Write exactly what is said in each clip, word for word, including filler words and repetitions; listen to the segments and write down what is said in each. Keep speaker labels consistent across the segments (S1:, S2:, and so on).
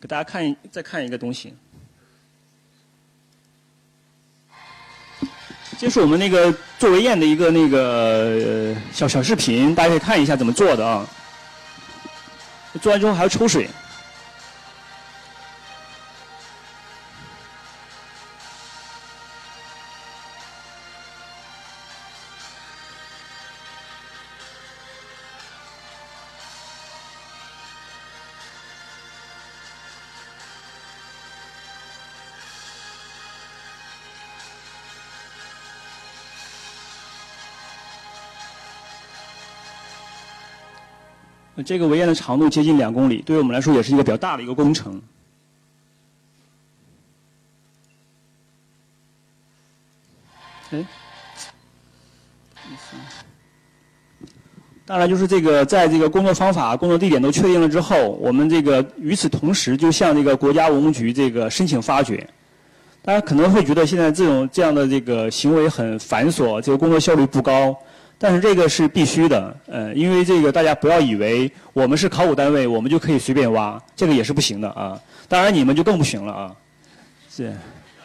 S1: 给大家看再看一个东西。这是我们那个做围堰的一个那个、呃、小小视频，大家可以看一下怎么做的啊。做完之后还要抽水。这个围堰的长度接近两公里，对于我们来说也是一个比较大的一个工程。哎，当然就是这个，在这个工作方法、工作地点都确定了之后，我们这个与此同时就向这个国家文物局这个申请发掘。大家可能会觉得现在这种这样的这个行为很繁琐，这个工作效率不高。但是这个是必须的，呃，因为这个大家不要以为我们是考古单位，我们就可以随便挖，这个也是不行的啊。当然你们就更不行了啊。是。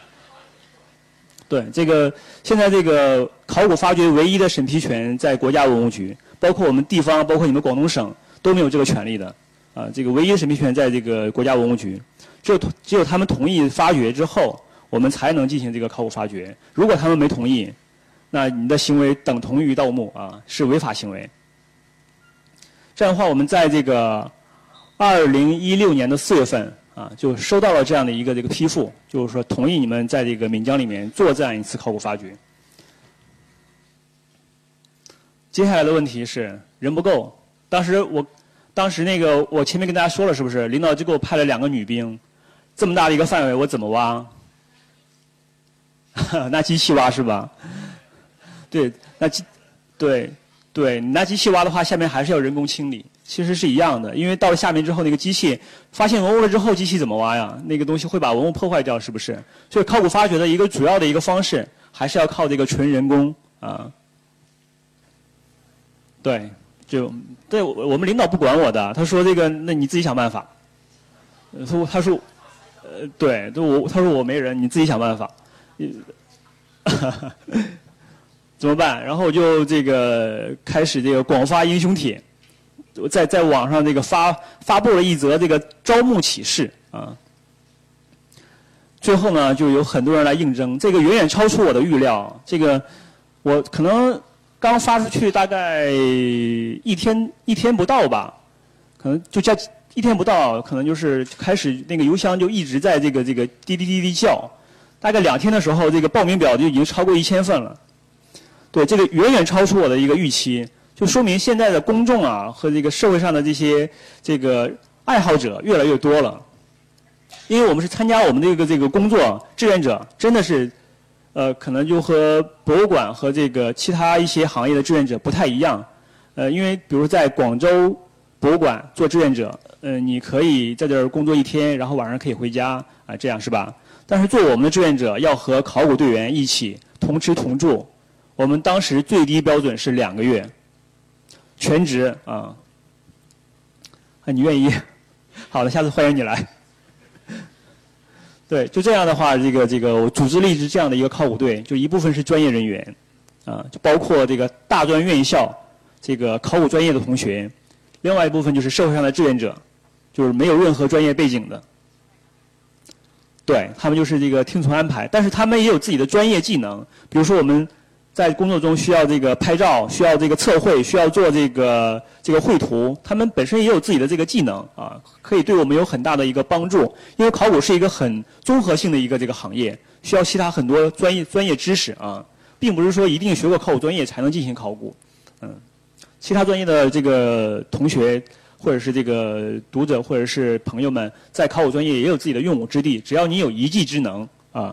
S1: 对，这个现在这个考古发掘唯一的审批权在国家文物局，包括我们地方，包括你们广东省都没有这个权利的啊。这个唯一的审批权在这个国家文物局，只有只有他们同意发掘之后，我们才能进行这个考古发掘。如果他们没同意，那你的行为等同于盗墓啊，是违法行为。这样的话，我们在这个二零一六年的四月份啊，就收到了这样的一个这个批复，就是说同意你们在这个岷江里面做这样一次考古发掘。接下来的问题是人不够，当时我，当时那个我前面跟大家说了，是不是领导就给我派了两个女兵，这么大的一个范围，我怎么挖？拿机器挖是吧？对，那机，对，对，你拿机器挖的话，下面还是要人工清理，其实是一样的。因为到了下面之后，那个机器发现文物了之后，机器怎么挖呀？那个东西会把文物破坏掉，是不是？所以考古发掘的一个主要的一个方式，还是要靠这个纯人工啊。对，就对我我们领导不管我的，他说这个，那你自己想办法。说他说，呃，对，都我他说我没人，你自己想办法。怎么办？然后我就这个开始这个广发英雄帖，在在网上这个发发布了一则这个招募启事啊。最后呢，就有很多人来应征，这个远远超出我的预料。这个我可能刚发出去大概一天一天不到吧，可能就叫一天不到，可能就是开始那个邮箱就一直在这个这个滴滴滴滴叫，大概两天的时候，这个报名表就已经超过一千份了。对，这个远远超出我的一个预期，就说明现在的公众啊和这个社会上的这些这个爱好者越来越多了。因为我们是参加我们这个这个工作，志愿者真的是，呃，可能就和博物馆和这个其他一些行业的志愿者不太一样。呃，因为比如在广州博物馆做志愿者，呃，你可以在这儿工作一天，然后晚上可以回家啊、呃，这样是吧？但是做我们的志愿者要和考古队员一起同吃同住。我们当时最低标准是两个月，全职啊。啊，你愿意？好的，下次欢迎你来。对，就这样的话，这个这个我组织了一支这样的一个考古队，就一部分是专业人员，啊，就包括这个大专院校这个考古专业的同学，另外一部分就是社会上的志愿者，就是没有任何专业背景的。对，他们就是这个听从安排，但是他们也有自己的专业技能，比如说我们在工作中需要这个拍照，需要这个测绘，需要做这个这个绘图，他们本身也有自己的这个技能啊，可以对我们有很大的一个帮助。因为考古是一个很综合性的一个这个行业，需要其他很多专业专业知识啊，并不是说一定学过考古专业才能进行考古。嗯，其他专业的这个同学或者是这个读者或者是朋友们，在考古专业也有自己的用武之地，只要你有一技之能啊。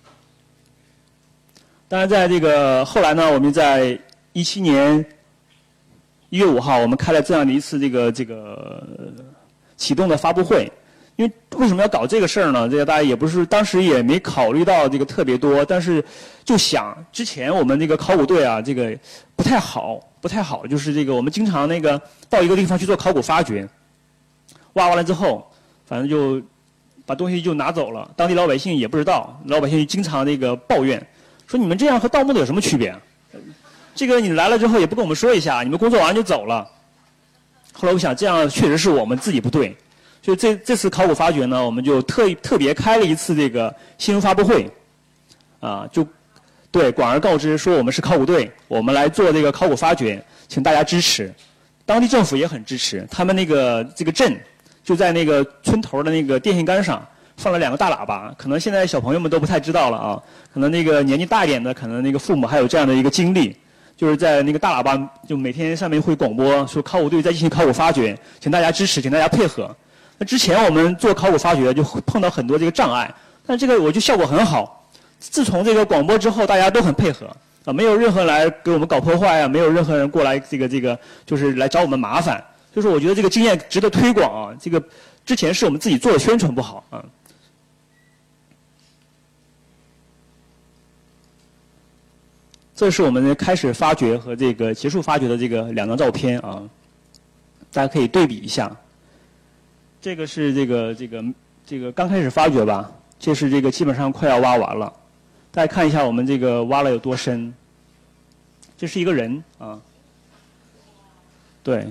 S1: 当然，在这个后来呢，我们在一七年一月五号，我们开了这样的一次这个这个启动的发布会。因为为什么要搞这个事儿呢？这个大家也不是当时也没考虑到这个特别多，但是就想之前我们这个考古队啊，这个不太好，不太好，就是这个我们经常那个到一个地方去做考古发掘，挖完了之后，反正就把东西就拿走了，当地老百姓也不知道，老百姓经常那个抱怨，说你们这样和盗墓的有什么区别？这个你来了之后也不跟我们说一下，你们工作完就走了。后来我想，这样确实是我们自己不对，所以这这次考古发掘呢，我们就特特别开了一次这个新闻发布会，啊，就对广而告之说我们是考古队，我们来做这个考古发掘，请大家支持。当地政府也很支持，他们那个这个镇就在那个村头的那个电线杆上放了两个大喇叭，可能现在小朋友们都不太知道了啊，可能那个年纪大一点的，可能那个父母还有这样的一个经历。就是在那个大喇叭，就每天上面会广播说考古队在进行考古发掘，请大家支持，请大家配合。那之前我们做考古发掘就碰到很多这个障碍，但这个我觉得效果很好。自从这个广播之后，大家都很配合啊，没有任何人来给我们搞破坏啊，没有任何人过来这个这个就是来找我们麻烦。就是我觉得这个经验值得推广啊。这个之前是我们自己做的宣传不好啊。这是我们开始发掘和这个结束发掘的这个两张照片啊，大家可以对比一下。这个是这个这个这个刚开始发掘吧，这是这个基本上快要挖完了。大家看一下我们这个挖了有多深。这是一个人啊，对，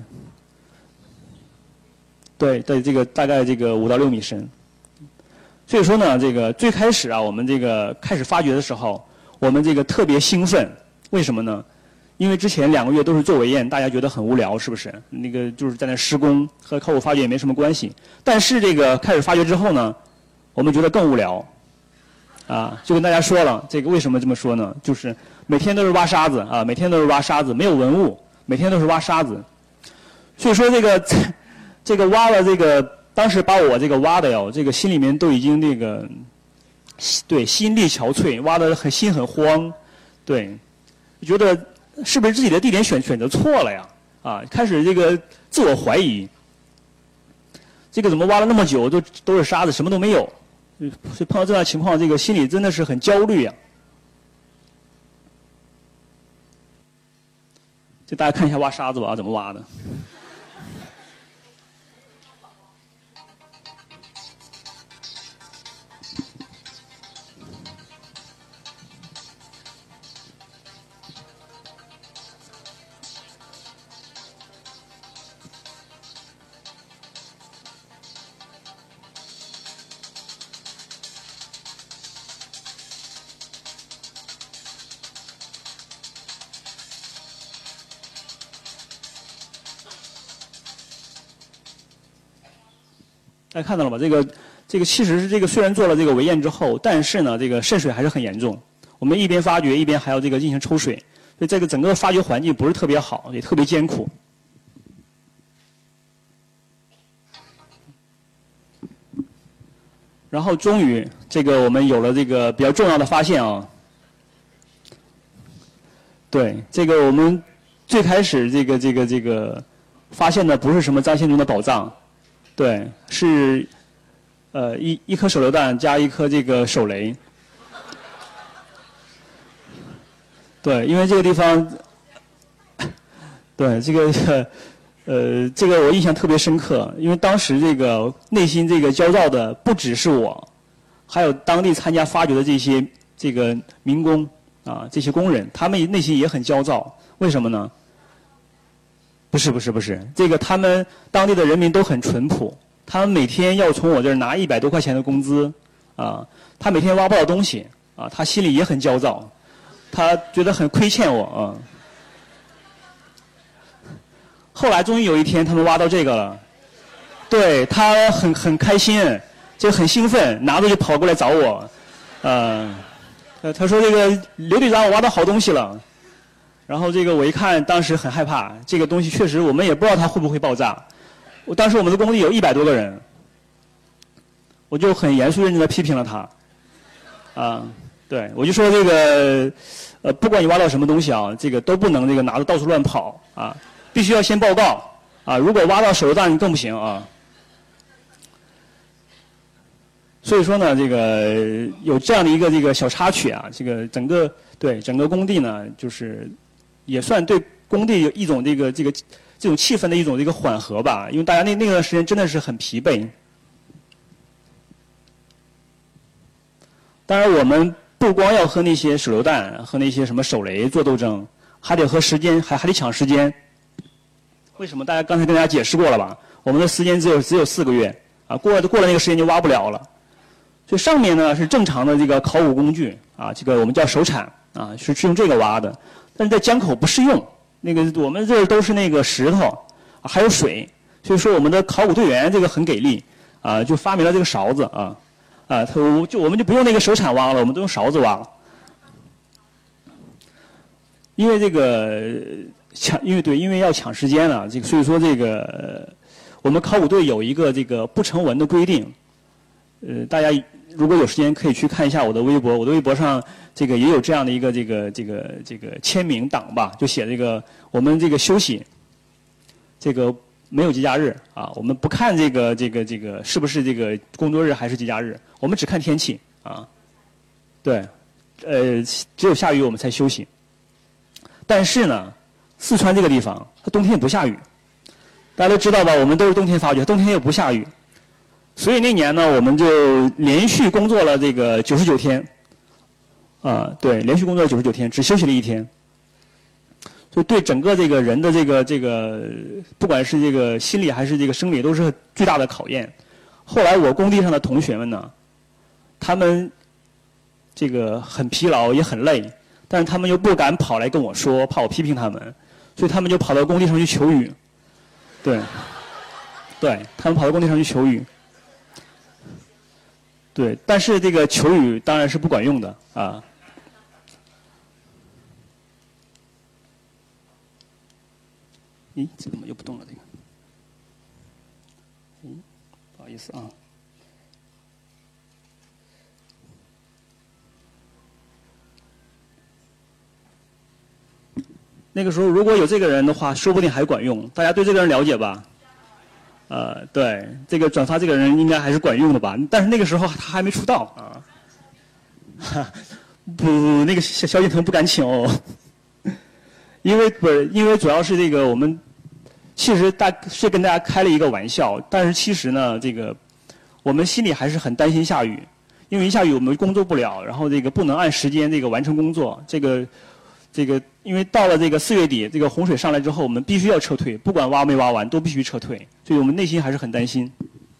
S1: 对对，这个大概这个五到六米深。所以说呢，这个最开始啊，我们这个开始发掘的时候，我们这个特别兴奋，为什么呢？因为之前两个月都是做围堰，大家觉得很无聊，是不是？那个就是在那施工，和考古发掘也没什么关系。但是这个开始发掘之后呢，我们觉得更无聊，啊，就跟大家说了，这个为什么这么说呢？就是每天都是挖沙子啊，每天都是挖沙子，没有文物，每天都是挖沙子。所以说这个这个挖了这个，当时把我这个挖的哟，这个心里面都已经那个。对，心力憔悴，挖得很心很慌，对，觉得是不是自己的地点选选择错了呀？啊，开始这个自我怀疑，这个怎么挖了那么久都都是沙子，什么都没有？所以碰到这样的情况，这个心里真的是很焦虑呀。就大家看一下挖沙子吧，怎么挖的？大家看到了吧？这个这个其实是这个虽然做了这个围堰之后，但是呢，这个渗水还是很严重。我们一边发掘一边还要这个进行抽水，所以这个整个发掘环境不是特别好，也特别艰苦。然后终于，这个我们有了这个比较重要的发现啊。对，这个我们最开始这个这个这个发现的不是什么张献忠的宝藏。对，是，呃，一一颗手榴弹加一颗这个手雷。对，因为这个地方，对这个，呃，这个我印象特别深刻，因为当时这个内心这个焦躁的不只是我，还有当地参加发掘的这些这个民工啊，这些工人，他们内心也很焦躁。为什么呢？不是不是不是，这个他们当地的人民都很淳朴，他们每天要从我这儿拿一百多块钱的工资，啊，他每天挖不到东西，啊，他心里也很焦躁，他觉得很亏欠我啊。后来终于有一天，他们挖到这个了，对他很很开心，就很兴奋，拿着就跑过来找我，呃，他说这个刘队长，我挖到好东西了。然后这个我一看，当时很害怕，这个东西确实我们也不知道它会不会爆炸。我当时我们的工地有一百多个人，我就很严肃认真的批评了他。啊，对，我就说这个，呃，不管你挖到什么东西啊，这个都不能这个拿着到处乱跑啊，必须要先报告啊。如果挖到手榴弹更不行啊。所以说呢，这个有这样的一个这个小插曲啊，这个整个对整个工地呢，就是也算对工地有一种这个这个这种气氛的一种这个缓和吧，因为大家那那段时间真的是很疲惫。 当然，我们不光要和那些手榴弹和那些什么手雷做斗争，还得和时间，还还得抢时间。为什么？大家刚才跟大家解释过了吧？我们的时间只有只有四个月啊，过了过了那个时间就挖不了了。所以上面呢是正常的这个考古工具啊，这个我们叫手铲啊，是是用这个挖的。但是在江口不适用，那个我们这儿都是那个石头啊，还有水，所以说我们的考古队员这个很给力啊，就发明了这个勺子啊。啊，他就我们就不用那个手铲挖了，我们都用勺子挖了。因为这个抢，因为对，因为要抢时间了，这个所以说这个我们考古队有一个这个不成文的规定。呃，大家如果有时间可以去看一下我的微博，我的微博上这个也有这样的一个这个这个这个签名档吧，就写这个我们这个休息，这个。没有节假日啊，我们不看这个这个这个是不是这个工作日还是节假日，我们只看天气啊。对，呃，只有下雨我们才休息。但是呢，四川这个地方它冬天也不下雨，大家都知道吧？我们都是冬天发掘，冬天又不下雨，所以那年呢，我们就连续工作了这个九十九天，啊，对，连续工作了九十九天，只休息了一天。就对整个这个人的这个这个，不管是这个心理还是这个生理，都是巨大的考验。后来我工地上的同学们呢，他们这个很疲劳也很累，但是他们又不敢跑来跟我说，怕我批评他们，所以他们就跑到工地上去求雨。对，对他们跑到工地上去求雨。对，但是这个求雨当然是不管用的啊。咦，这怎么又不动了？这个，嗯，不好意思啊。那个时候如果有这个人的话，说不定还管用。大家对这个人了解吧？呃，对，这个转发这个人应该还是管用的吧？但是那个时候他还没出道啊。哈，不，那个萧萧敬腾不敢请哦，因为不是，因为主要是这个我们。其实大是跟大家开了一个玩笑，但是其实呢，这个我们心里还是很担心下雨，因为一下雨我们工作不了，然后这个不能按时间这个完成工作，这个这个因为到了这个四月底，这个洪水上来之后，我们必须要撤退，不管挖没挖完都必须撤退，所以我们内心还是很担心。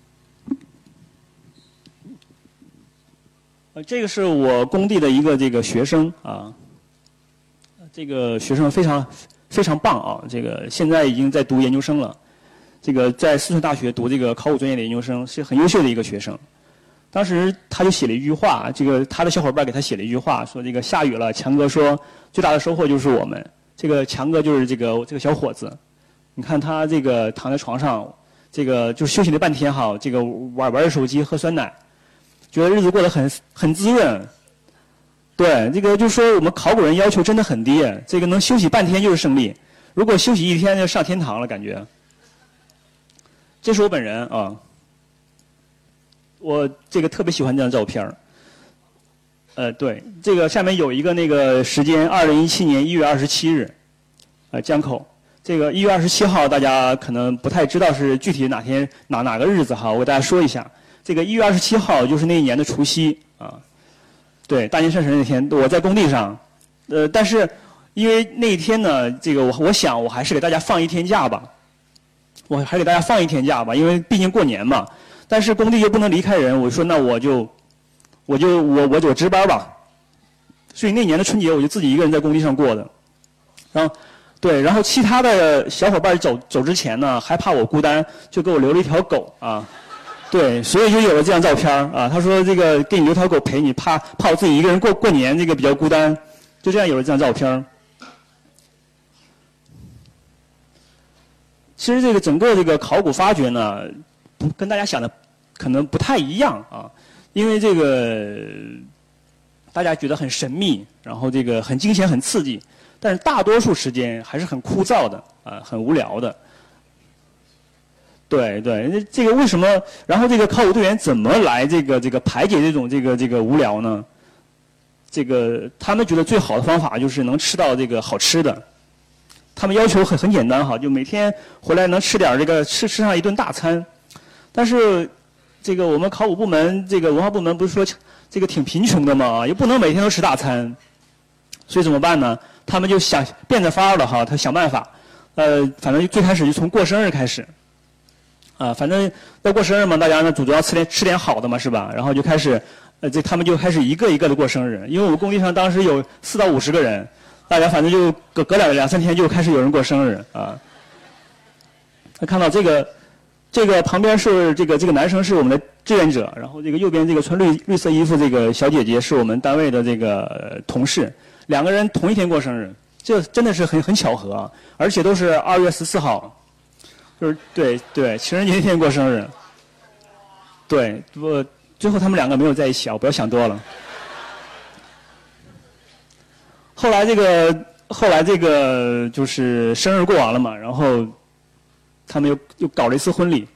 S1: 呃，这个是我工地的一个这个学生啊，这个学生非常。非常棒啊！这个现在已经在读研究生了，这个在四川大学读这个考古专业的研究生，是很优秀的一个学生。当时他就写了一句话，这个他的小伙伴给他写了一句话，说这个下雨了，强哥说最大的收获就是我们。这个强哥就是这个这个小伙子，你看他这个躺在床上，这个就休息了半天哈，这个玩玩着手机喝酸奶，觉得日子过得很很滋润。对，这个就说我们考古人要求真的很低，这个能休息半天就是胜利。如果休息一天就上天堂了，感觉。这是我本人啊，我这个特别喜欢这张照片儿。呃，对，这个下面有一个那个时间，二零一七年一月二十七日，呃，江口。这个一月二十七号，大家可能不太知道是具体哪天哪哪个日子哈，我给大家说一下。这个一月二十七号就是那一年的除夕啊。对，大年三十那天，我在工地上，呃，但是因为那一天呢，这个我我想我还是给大家放一天假吧，我还给大家放一天假吧，因为毕竟过年嘛。但是工地又不能离开人，我说那我就，我就我我我值班吧。所以那年的春节我就自己一个人在工地上过的，然后对，然后其他的小伙伴走走之前呢，还怕我孤单，就给我留了一条狗啊。对，所以就有了这张照片啊。他说：“这个给你留条狗陪你，怕怕我自己一个人过过年，这个比较孤单。”就这样有了这张照片。其实这个整个这个考古发掘呢，不跟大家想的可能不太一样啊，因为这个大家觉得很神秘，然后这个很惊险、很刺激，但是大多数时间还是很枯燥的啊，很无聊的。对对，这个为什么？然后这个考古队员怎么来这个这个排解这种这个这个无聊呢？这个他们觉得最好的方法就是能吃到这个好吃的。他们要求很很简单哈，就每天回来能吃点这个吃吃上一顿大餐。但是这个我们考古部门这个文化部门不是说这个挺贫穷的嘛，又不能每天都吃大餐，所以怎么办呢？他们就想变着法儿的哈，他想办法，呃，反正最开始就从过生日开始，啊，反正要过生日嘛，大家呢祖宗要吃点吃点好的嘛，是吧？然后就开始，呃，这他们就开始一个一个的过生日，因为我们工地上当时有四到五十个人，大家反正就隔隔两两三天就开始有人过生日啊。那看到这个。这个旁边是这个这个男生是我们的志愿者，然后这个右边这个穿绿绿色衣服这个小姐姐是我们单位的这个、呃、同事，两个人同一天过生日，这真的是很很巧合啊！而且都是二月十四号，就是对对情人节那天过生日。对，不最后他们两个没有在一起啊，不要想多了。后来这个后来这个就是生日过完了嘛，然后。他们又又搞了一次婚礼，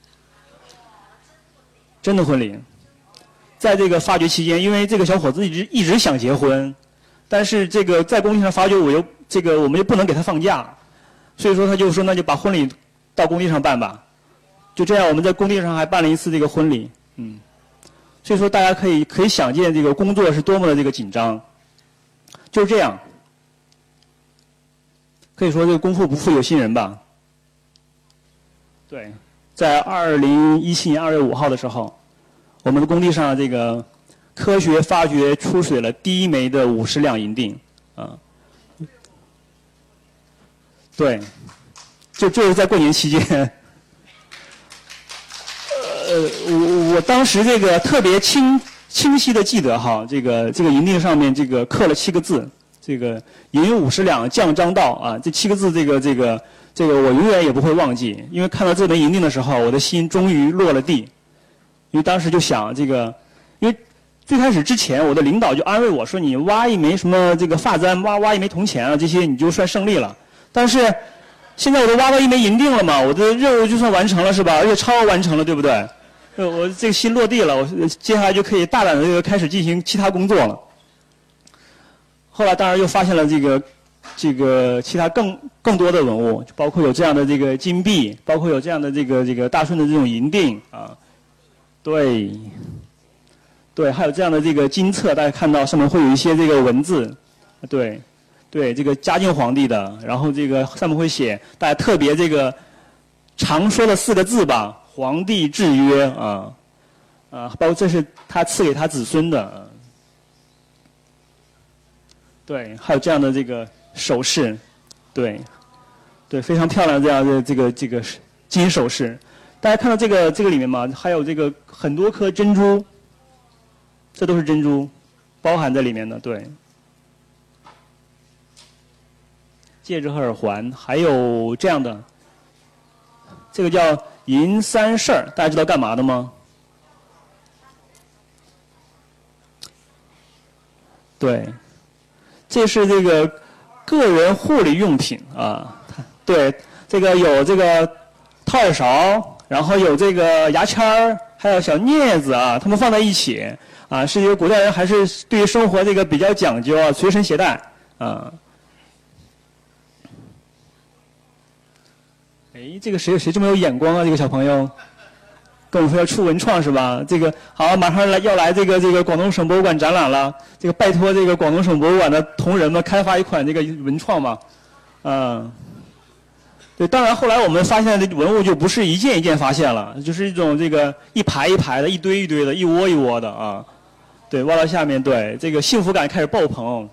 S1: 真的婚礼。在这个发掘期间，因为这个小伙子一直一直想结婚，但是这个在工地上发掘，我又这个我们又不能给他放假，所以说他就说那就把婚礼到工地上办吧。就这样，我们在工地上还办了一次这个婚礼，嗯。所以说大家可以可以想见这个工作是多么的这个紧张，就是这样。可以说这个功夫不负有心人吧。对，在二零一七年二月五号的时候，我们的工地上这个科学发掘出水了第一枚的五十两银锭，啊，对，就就是在过年期间，呃，我我当时这个特别清清晰的记得哈，这个这个银锭上面这个刻了七个字，这个银五十两降张道啊，这七个字这个这个。这个我永远也不会忘记，因为看到这枚银锭的时候，我的心终于落了地。因为当时就想这个，因为最开始之前，我的领导就安慰我说：“你挖一枚什么这个发簪，挖挖一枚铜钱啊，这些你就算胜利了。”但是现在我都挖到一枚银锭了嘛，我的任务就算完成了是吧？而且超额完成了，对不对？呃，我这个心落地了，我接下来就可以大胆的这个开始进行其他工作了。后来当然又发现了这个。这个其他更更多的文物，就包括有这样的这个金币，包括有这样的这个这个大顺的这种银锭啊，对，对，还有这样的这个金册，大家看到上面会有一些这个文字，对，对，这个嘉靖皇帝的，然后这个上面会写大家特别这个常说的四个字吧，皇帝制约啊，啊，包括这是他赐给他子孙的，对，还有这样的这个。首饰，对，对，非常漂亮这样的这个这个金首饰，大家看到这个这个里面嘛，还有这个很多颗珍珠，这都是珍珠，包含在里面的，对。戒指和耳环，还有这样的，这个叫银三事儿，大家知道干嘛的吗？对，这是这个。个人护理用品啊，对，这个有这个掏耳勺，然后有这个牙签儿，还有小镊子啊，它们放在一起啊，是一个古代人还是对于生活这个比较讲究啊，随身携带啊。哎，这个谁谁这么有眼光啊？这个小朋友，跟我们说要出文创是吧？这个好，马上来要来这个这个广东省博物馆展览了。这个拜托这个广东省博物馆的同仁们开发一款这个文创嘛，嗯，对。当然后来我们发现的文物就不是一件一件发现了，就是一种这个一排一排的、一堆一堆的、一窝一窝的啊。对，挖到下面，对这个幸福感开始爆棚。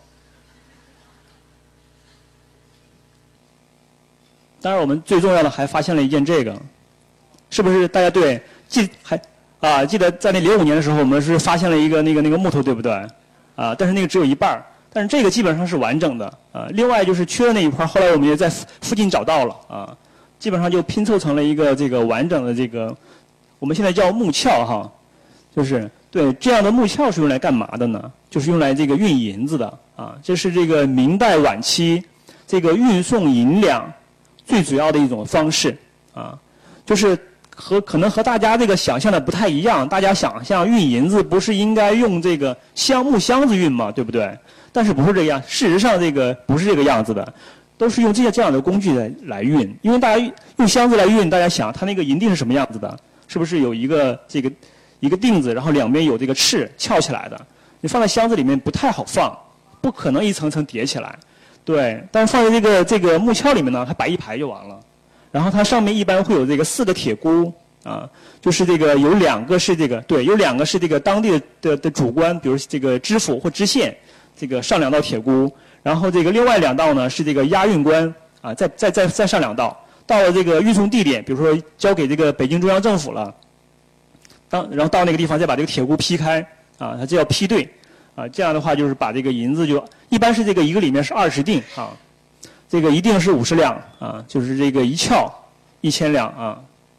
S1: 当然我们最重要的还发现了一件这个，是不是大家对？记还啊，记得在那零五年的时候，我们是发现了一个那个那个木头，对不对？啊，但是那个只有一半儿，但是这个基本上是完整的啊。另外就是缺的那一块，后来我们也在附近找到了啊，基本上就拼凑成了一个这个完整的这个，我们现在叫木鞘哈，就是对这样的木鞘是用来干嘛的呢？就是用来这个运银子的啊，这是这个明代晚期这个运送银两最主要的一种方式啊，就是。和可能和大家这个想象的不太一样，大家想象运银子不是应该用这个箱木箱子运吗？对不对？但是不是这样，事实上这个不是这个样子的，都是用这些这样的工具来来运。因为大家用箱子来运，大家想它那个银锭是什么样子的？ 是不是有一个这个一个钉子，然后两边有这个翅翘起来的？你放在箱子里面不太好放，不可能一层层叠起来。对，但是放在这个这个木锹里面呢，它摆一排就完了。然后它上面一般会有这个四个铁箍啊，就是这个有两个是这个对，有两个是这个当地的的的主官，比如这个知府或知县，这个上两道铁箍，然后这个另外两道呢是这个押运官啊，再再再再上两道，到了这个运送地点，比如说交给这个北京中央政府了，当然后到那个地方再把这个铁箍劈开啊，它就要劈对啊，这样的话就是把这个银子就一般是这个一个里面是二十锭啊。这个一定是五十两啊，就是这个一窍一千两啊。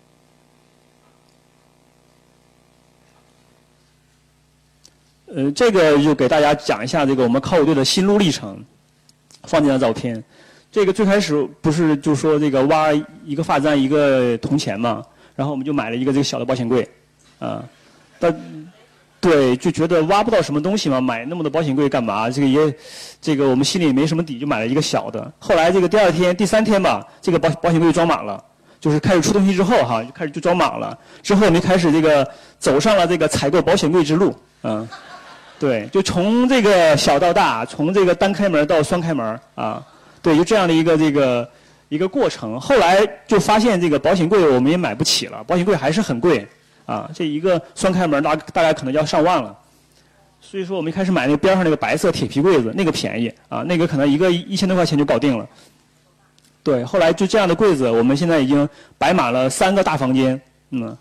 S1: 呃，这个就给大家讲一下这个我们考古队的心路历程，放这张照片。这个最开始不是就说这个挖一个发簪一个铜钱嘛，然后我们就买了一个这个小的保险柜，啊，但对，就觉得挖不到什么东西嘛，买那么多保险柜干嘛？这个也，这个我们心里也没什么底，就买了一个小的。后来这个第二天、第三天吧，这个保保险柜装满了，就是开始出东西之后哈，就开始就装满了。之后我们开始这个走上了这个采购保险柜之路，嗯，对，就从这个小到大，从这个单开门到双开门啊，对，就这样的一个这个一个过程。后来就发现这个保险柜我们也买不起了，保险柜还是很贵。啊，这一个双开门大大概可能要上万了，所以说我们一开始买那个边上那个白色铁皮柜子，那个便宜啊，那个可能一个一千多块钱就搞定了。对，后来就这样的柜子，我们现在已经摆满了三个大房间，嗯，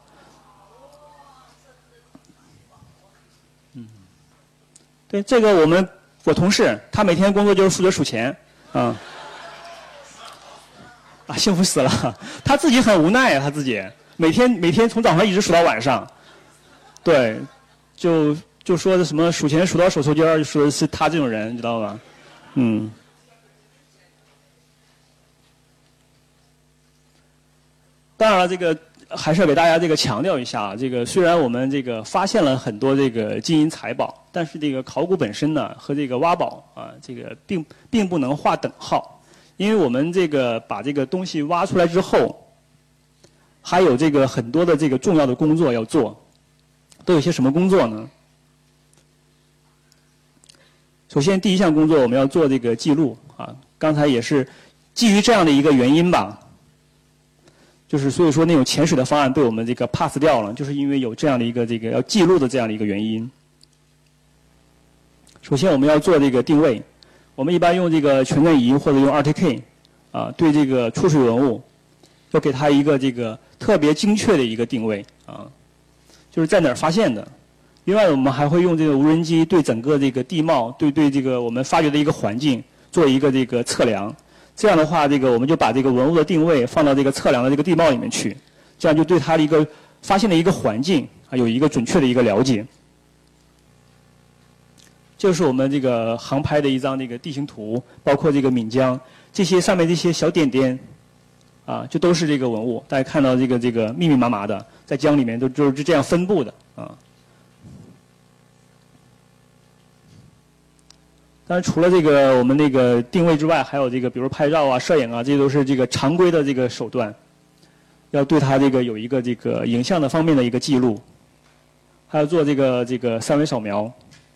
S1: 嗯，对，这个我们我同事他每天工作就是负责数钱，啊，啊，幸福死了，他自己很无奈啊，他自己。每天每天从早上一直数到晚上，对，就就说的什么数钱数到手抽筋儿，就说的是他这种人，你知道吧？嗯。当然了，这个还是要给大家这个强调一下啊，这个虽然我们这个发现了很多这个金银财宝，但是这个考古本身呢和这个挖宝啊，这个并并不能划等号，因为我们这个把这个东西挖出来之后。还有这个很多的这个重要的工作要做，都有些什么工作呢？首先，第一项工作我们要做这个记录啊。刚才也是基于这样的一个原因吧，就是所以说那种潜水的方案被我们这个 pass 掉了，就是因为有这样的一个这个要记录的这样的一个原因。首先，我们要做这个定位，我们一般用这个全振仪或者用 R T K 啊，对这个出水文物。要给它一个这个特别精确的一个定位啊，就是在哪儿发现的。另外，我们还会用这个无人机对整个这个地貌，对对这个我们发掘的一个环境做一个这个测量。这样的话，这个我们就把这个文物的定位放到这个测量的这个地貌里面去，这样就对它的一个发现的一个环境啊有一个准确的一个了解。这是我们这个航拍的一张这个地形图，包括这个闽江这些上面这些小点点。啊，就都是这个文物，大家看到这个这个密密麻麻的，在江里面都就是这样分布的啊。当然，除了这个我们那个定位之外，还有这个比如拍照啊、摄影啊，这些都是这个常规的这个手段，要对它这个有一个这个影像的方面的一个记录，还要做这个这个三维扫描，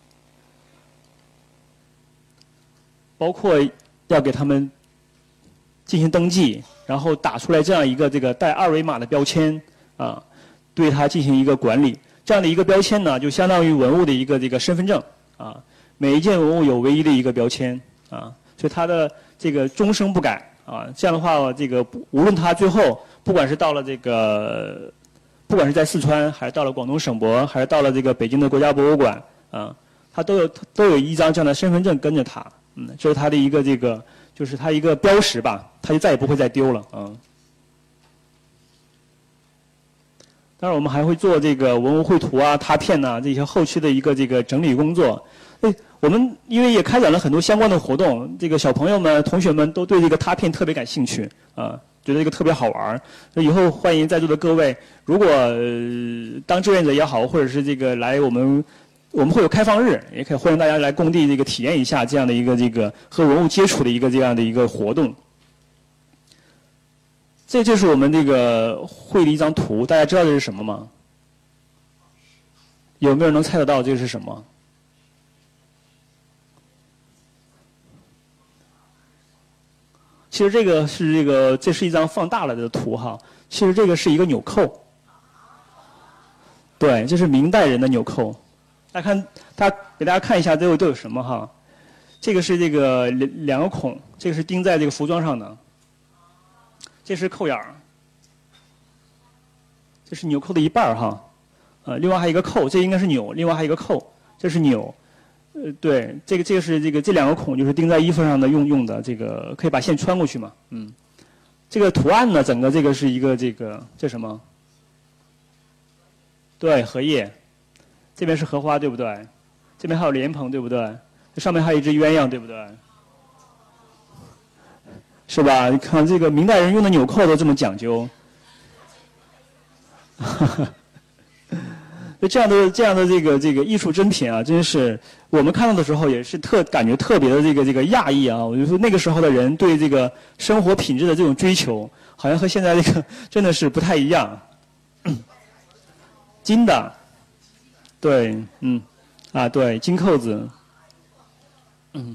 S1: 包括要给他们进行登记。然后打出来这样一个这个带二维码的标签啊，对它进行一个管理。这样的一个标签呢，就相当于文物的一个这个身份证啊。每一件文物有唯一的一个标签啊，所以它的这个终生不改啊。这样的话，这个无论它最后不管是到了这个，不管是在四川，还是到了广东省博，还是到了这个北京的国家博物馆啊，它都有都有一张这样的身份证跟着它，嗯，这是它的一个这个。就是它一个标识吧，它就再也不会再丢了啊。当然，我们还会做这个文物绘图啊、拓片呐、啊、这些后期的一个这个整理工作。哎，我们因为也开展了很多相关的活动，这个小朋友们、同学们都对这个拓片特别感兴趣啊，觉得这个特别好玩儿。那以后欢迎在座的各位，如果、呃、当志愿者也好，或者是这个来我们。我们会有开放日，也可以欢迎大家来工地这个体验一下这样的一个这个和文物接触的一个这样的一个活动。 这就是我们这个绘的一张图，大家知道这是什么吗？有没有人能猜得到这是什么？其实这个是这个，这是一张放大了的图哈。其实这个是一个纽扣，对，这是明代人的纽扣。大家看，大家给大家看一下，都有都有什么哈？这个是这个两两个孔，这个是钉在这个服装上的，这是扣眼儿，这是纽扣的一半儿哈。呃，另外还有一个扣，这应该是钮，另外还有一个扣，这是钮。呃，对，这个这个是这个这两个孔就是钉在衣服上的用用的，这个可以把线穿过去嘛，嗯。这个图案呢，整个这个是一个这个这什么？对，荷叶。这边是荷花，对不对？这边还有莲蓬，对不对？这上面还有一只鸳鸯，对不对？是吧？你看这个明代人用的纽扣都这么讲究。就这样的这样的这个这个艺术珍品啊，真是我们看到的时候也是特感觉特别的这个这个讶异啊！我就说那个时候的人对这个生活品质的这种追求，好像和现在这个真的是不太一样。金的，对，嗯，啊，对，金扣子，嗯。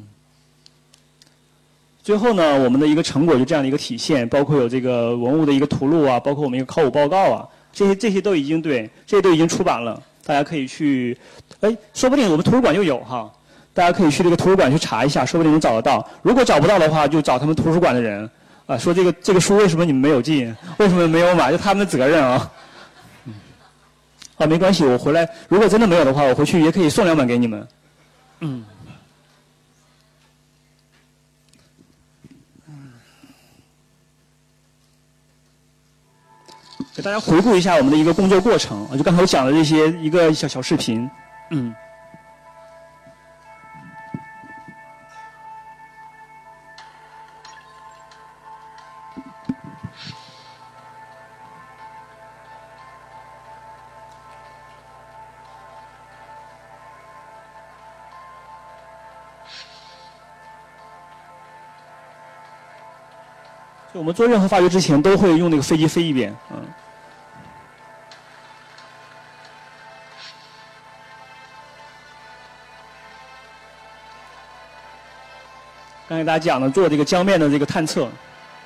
S1: 最后呢，我们的一个成果就这样的一个体现，包括有这个文物的一个图录啊，包括我们一个考古报告啊。这些这些都已经对，这些都已经出版了，大家可以去，哎，说不定我们图书馆就有哈，大家可以去这个图书馆去查一下，说不定能找得到。如果找不到的话，就找他们图书馆的人，啊，说这个这个书为什么你们没有进，为什么没有买，就他们的责任啊。嗯，啊，没关系，我回来如果真的没有的话，我回去也可以送两本给你们。嗯。给大家回顾一下我们的一个工作过程啊，就刚才我讲的这些一个小小视频，嗯。就我们做任何发掘之前，都会用那个飞机飞一遍，嗯。刚才给大家讲的做这个江面的这个探测，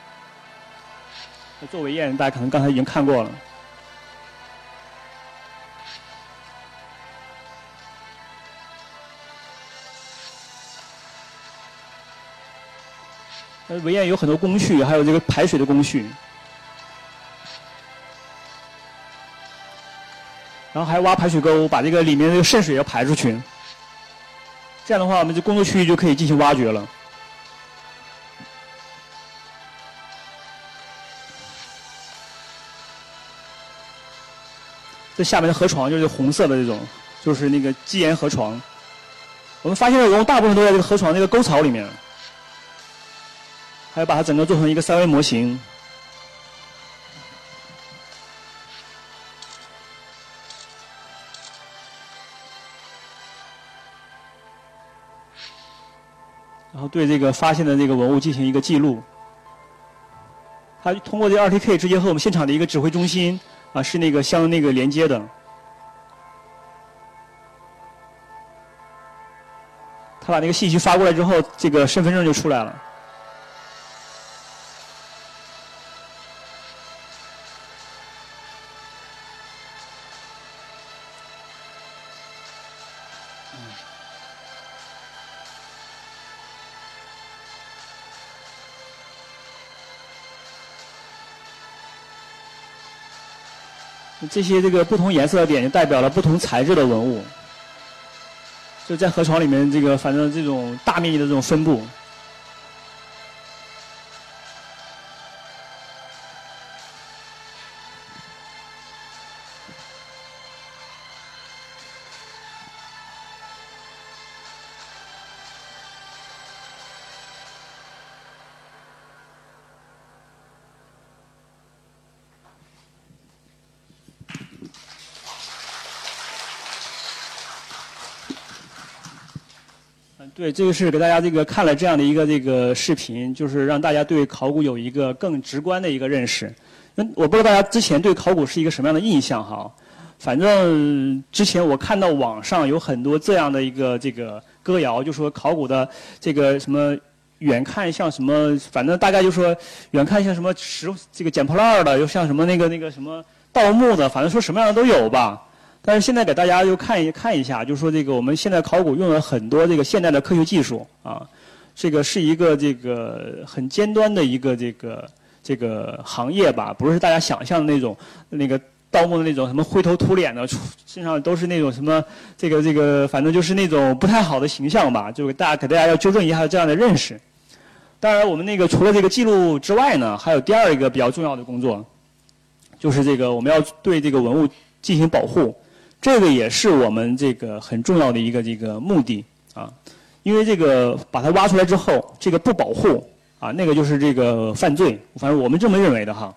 S1: 做围堰，大家可能刚才已经看过了。呃，围堰有很多工序，还有这个排水的工序，然后还挖排水沟，把这个里面这个渗水要排出去。这样的话，我们这工作区域就可以进行挖掘了。这下面的河床就是红色的这种，就是那个基岩河床。我们发现的文物大部分都在这个河床这个沟槽里面，还要把它整个做成一个三维模型。然后对这个发现的这个文物进行一个记录。它通过这 二 T K 直接和我们现场的一个指挥中心啊是那个相那个连接的。他把那个信息发过来之后，这个身份证就出来了。这些这个不同颜色的点就代表了不同材质的文物，就在河床里面，这个反正这种大面积的这种分布。 对，这个是给大家这个看了这样的一个这个视频，就是让大家对考古有一个更直观的一个认识。嗯，我不知道大家之前对考古是一个什么样的印象哈。反正之前我看到网上有很多这样的一个这个歌谣，就说考古的这个什么远看像什么，反正大概就说远看像什么石这个捡破烂的，又像什么那个那个什么盗墓的，反正说什么样的都有吧。但是现在给大家就看一看一下，就是说这个我们现在考古用了很多这个现代的科学技术啊，这个是一个这个很尖端的一个这个这个行业吧，不是大家想象的那种那个盗墓的那种什么灰头土脸的，身上都是那种什么这个这个，反正就是那种不太好的形象吧，就给大家给大家要纠正一下这样的认识。当然，我们那个除了这个记录之外呢，还有第二一个比较重要的工作，就是这个我们要对这个文物进行保护。这个也是我们这个很重要的一个这个目的啊，因为这个把它挖出来之后，这个不保护啊，那个就是这个犯罪，反正我们这么认为的哈。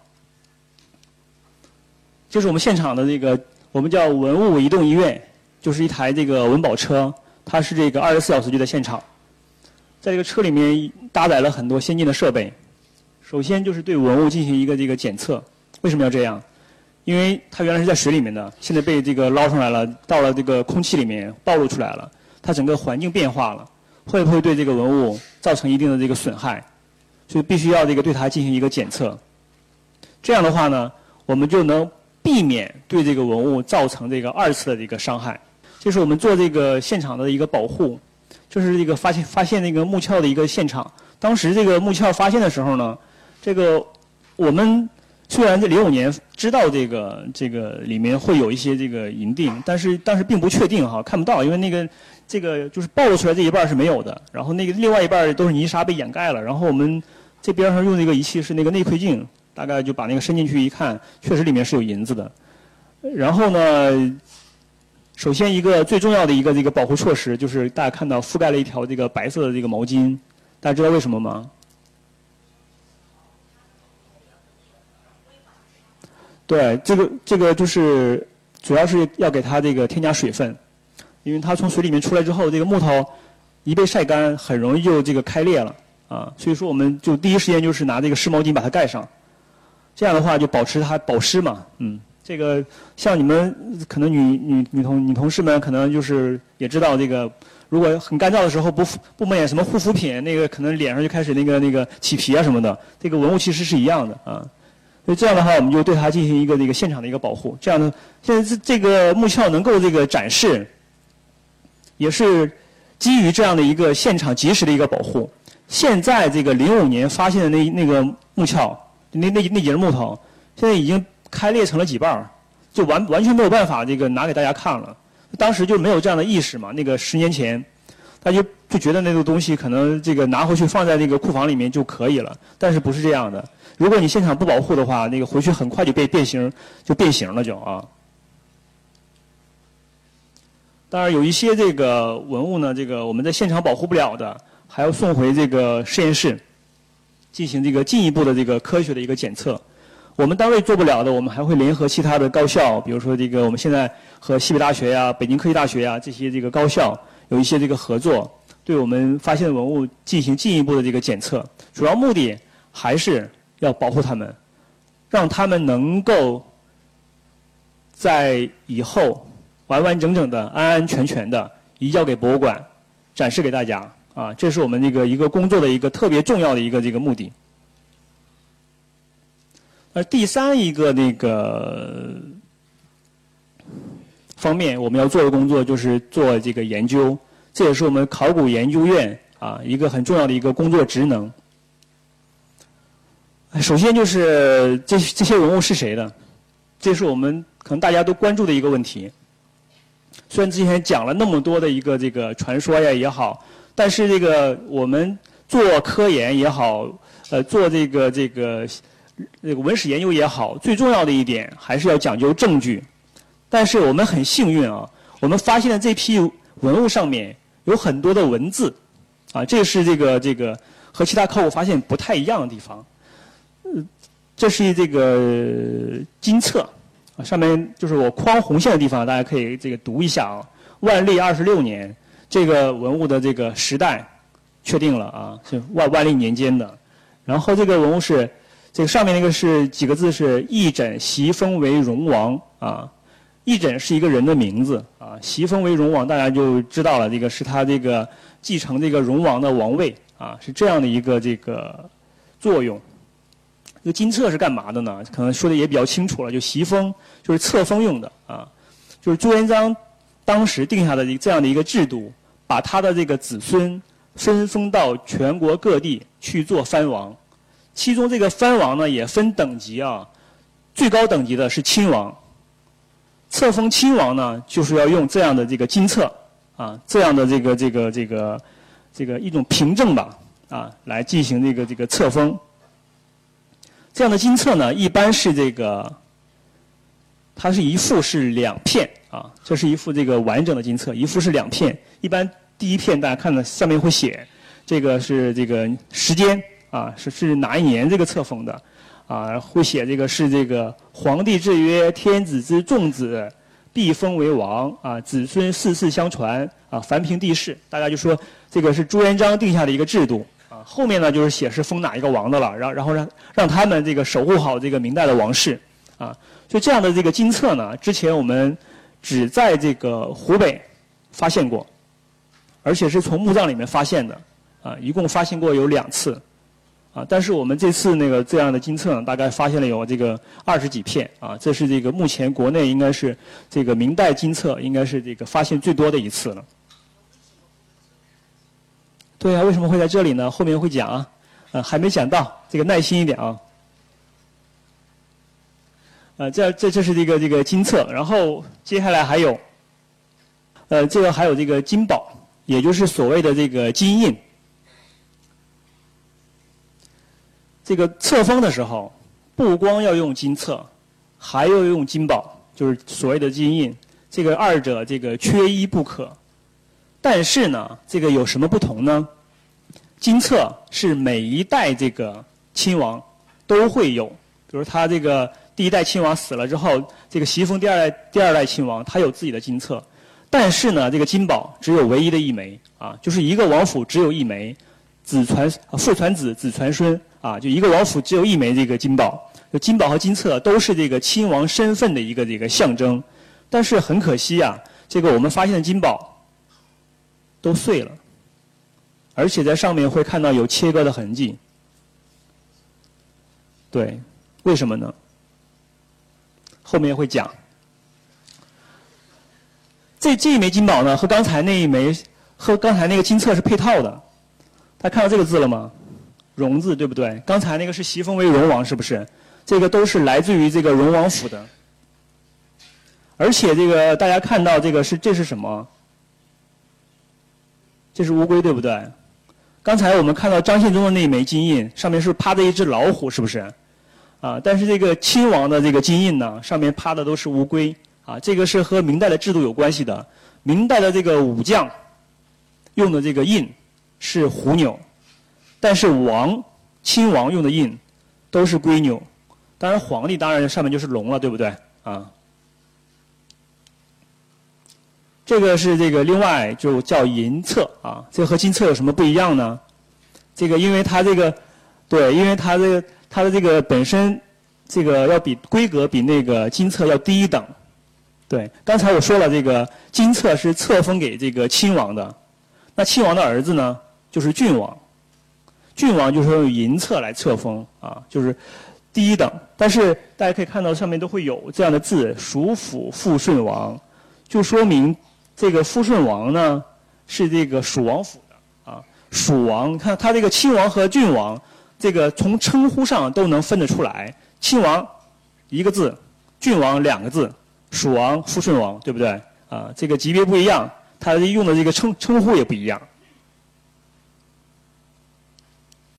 S1: 这是我们现场的这个我们叫文物移动医院，就是一台这个文保车，它是这个二十四小时就在现场，在这个车里面搭载了很多先进的设备。首先就是对文物进行一个这个检测，为什么要这样？因为它原来是在水里面的，现在被这个捞上来了，到了这个空气里面暴露出来了，它整个环境变化了，会不会对这个文物造成一定的这个损害？所以必须要这个对它进行一个检测。这样的话呢，我们就能避免对这个文物造成这个二次的这个伤害。这是我们做这个现场的一个保护，就是这个发现发现那个木鞘的一个现场。当时这个木鞘发现的时候呢，这个我们。虽然这零五年知道这个这个里面会有一些这个银锭，但是但是并不确定哈，看不到，因为那个这个就是暴露出来这一半是没有的，然后那个另外一半都是泥沙被掩盖了，然后我们这边上用的一个仪器是那个内窥镜，大概就把那个伸进去一看，确实里面是有银子的。然后呢，首先一个最重要的一个这个保护措施就是大家看到覆盖了一条这个白色的这个毛巾，大家知道为什么吗？对，这个这个就是主要是要给它这个添加水分，因为它从水里面出来之后，这个木头一被晒干，很容易就这个开裂了啊。所以说，我们就第一时间就是拿这个湿毛巾把它盖上，这样的话就保持它保湿嘛。嗯，这个像你们可能女女女同女同事们可能就是也知道这个，如果很干燥的时候不不抹点什么护肤品，那个可能脸上就开始那个那个起皮啊什么的。这个文物其实是一样的啊。所以这样的话，我们就对它进行一个这个现场的一个保护。这样呢，现在这这个木鞘能够这个展示，也是基于这样的一个现场及时的一个保护。现在这个零五年发现的那那个木鞘，那那那节木头，现在已经开裂成了几瓣儿，就完完全没有办法这个拿给大家看了。当时就没有这样的意识嘛，那个十年前，他就就觉得那个东西可能这个拿回去放在那个库房里面就可以了，但是不是这样的。如果你现场不保护的话，那个回去很快就被变形，就变形了就啊。当然有一些这个文物呢，这个我们在现场保护不了的，还要送回这个实验室，进行这个进一步的这个科学的一个检测。我们单位做不了的，我们还会联合其他的高校，比如说这个我们现在和西北大学呀、北京科技大学呀这些这个高校有一些这个合作，对我们发现的文物进行进一步的这个检测，主要目的还是要保护他们，让他们能够在以后完完整整的、安安全全的移交给博物馆，展示给大家啊！这是我们这个一个工作的一个特别重要的一个这个目的。而第三一个那个方面，我们要做的工作就是做这个研究，这也是我们考古研究院啊一个很重要的一个工作职能。首先就是这这些文物是谁的，这是我们可能大家都关注的一个问题。虽然之前讲了那么多的一个这个传说呀也好，但是这个我们做科研也好，呃，做这个这个这个文史研究也好，最重要的一点还是要讲究证据。但是我们很幸运啊，我们发现的这批文物上面有很多的文字，啊，这是这个这个和其他考古发现不太一样的地方。呃，这是这个金册，啊，上面就是我框红线的地方，大家可以这个读一下啊。万历二十六年， 这个文物的这个时代确定了啊，是万万历年间的。然后这个文物是，这个上面那个是几个字是义诊袭封为荣王啊，义诊是一个人的名字啊，袭封为荣王大家就知道了，这个是他这个继承这个荣王的王位啊，是这样的一个这个作用。这个金册是干嘛的呢？可能说的也比较清楚了，就袭封就是册封用的啊，就是朱元璋当时定下的这样的一个制度。把他的这个子孙分封到全国各地去做藩王，其中这个藩王呢也分等级啊，最高等级的是亲王，册封亲王呢就是要用这样的这个金册啊，这样的这个这个这个这个一种凭证吧啊，来进行这个这个册封。这样的金册呢，一般是这个，它是一副是两片啊，这是一副这个完整的金册，一副是两片，一般。第一片大家看到上面会写，这个是这个时间啊，是是哪一年这个册封的，啊，会写这个是这个皇帝制曰：天子之重子，必封为王啊，子孙世世相传啊，凡凭帝室。大家就说这个是朱元璋定下的一个制度啊。后面呢就是写是封哪一个王的了，然后然后让让他们这个守护好这个明代的王室啊。所以这样的这个金册呢，之前我们只在这个湖北发现过。而且是从墓葬里面发现的，啊，一共发现过有两次，啊，但是我们这次那个这样的金册呢，大概发现了有这个二十几片，啊，这是这个目前国内应该是这个明代金册应该是这个发现最多的一次了。对啊，为什么会在这里呢？后面会讲啊，呃，还没讲到，这个耐心一点啊。呃，这这这是这个这个金册，然后接下来还有，呃，这个还有这个金宝。也就是所谓的这个金印，这个册封的时候，不光要用金册，还要用金宝，就是所谓的金印。这个二者这个缺一不可。但是呢，这个有什么不同呢？金册是每一代这个亲王都会有，比如他这个第一代亲王死了之后，这个袭封第二代第二代亲王，他有自己的金册。但是呢，这个金宝只有唯一的一枚啊，就是一个王府只有一枚，子传父传子，子传孙啊，就一个王府只有一枚这个金宝。就金宝和金册都是这个亲王身份的一个这个象征，但是很可惜啊，这个我们发现的金宝都碎了，而且在上面会看到有切割的痕迹。对，为什么呢？后面会讲。这这一枚金宝呢，和刚才那一枚，和刚才那个金册是配套的。大家看到这个字了吗？荣字，对不对？刚才那个是袭封为荣王，是不是？这个都是来自于这个荣王府的。而且这个大家看到这个是这是什么？这是乌龟，对不对？刚才我们看到张献忠的那一枚金印，上面是趴着一只老虎，是不是？啊，但是这个亲王的这个金印呢，上面趴的都是乌龟。啊，这个是和明代的制度有关系的。明代的这个武将用的这个印是虎钮，但是王亲王用的印都是龟钮。当然，皇帝当然上面就是龙了，对不对？啊，这个是这个另外就叫银册啊，这和金册有什么不一样呢？这个因为它这个对，因为它这个它的这个本身这个要比规格比那个金册要低一等。对，刚才我说了，这个金册是册封给这个亲王的，那亲王的儿子呢，就是郡王，郡王就是用银册来册封啊，就是第一等。但是大家可以看到上面都会有这样的字，蜀府富顺王，就说明这个富顺王呢是这个蜀王府的啊。蜀王，看他这个亲王和郡王，这个从称呼上都能分得出来，亲王一个字，郡王两个字。蜀王、富顺王，对不对？啊，这个级别不一样，他用的这个称称呼也不一样。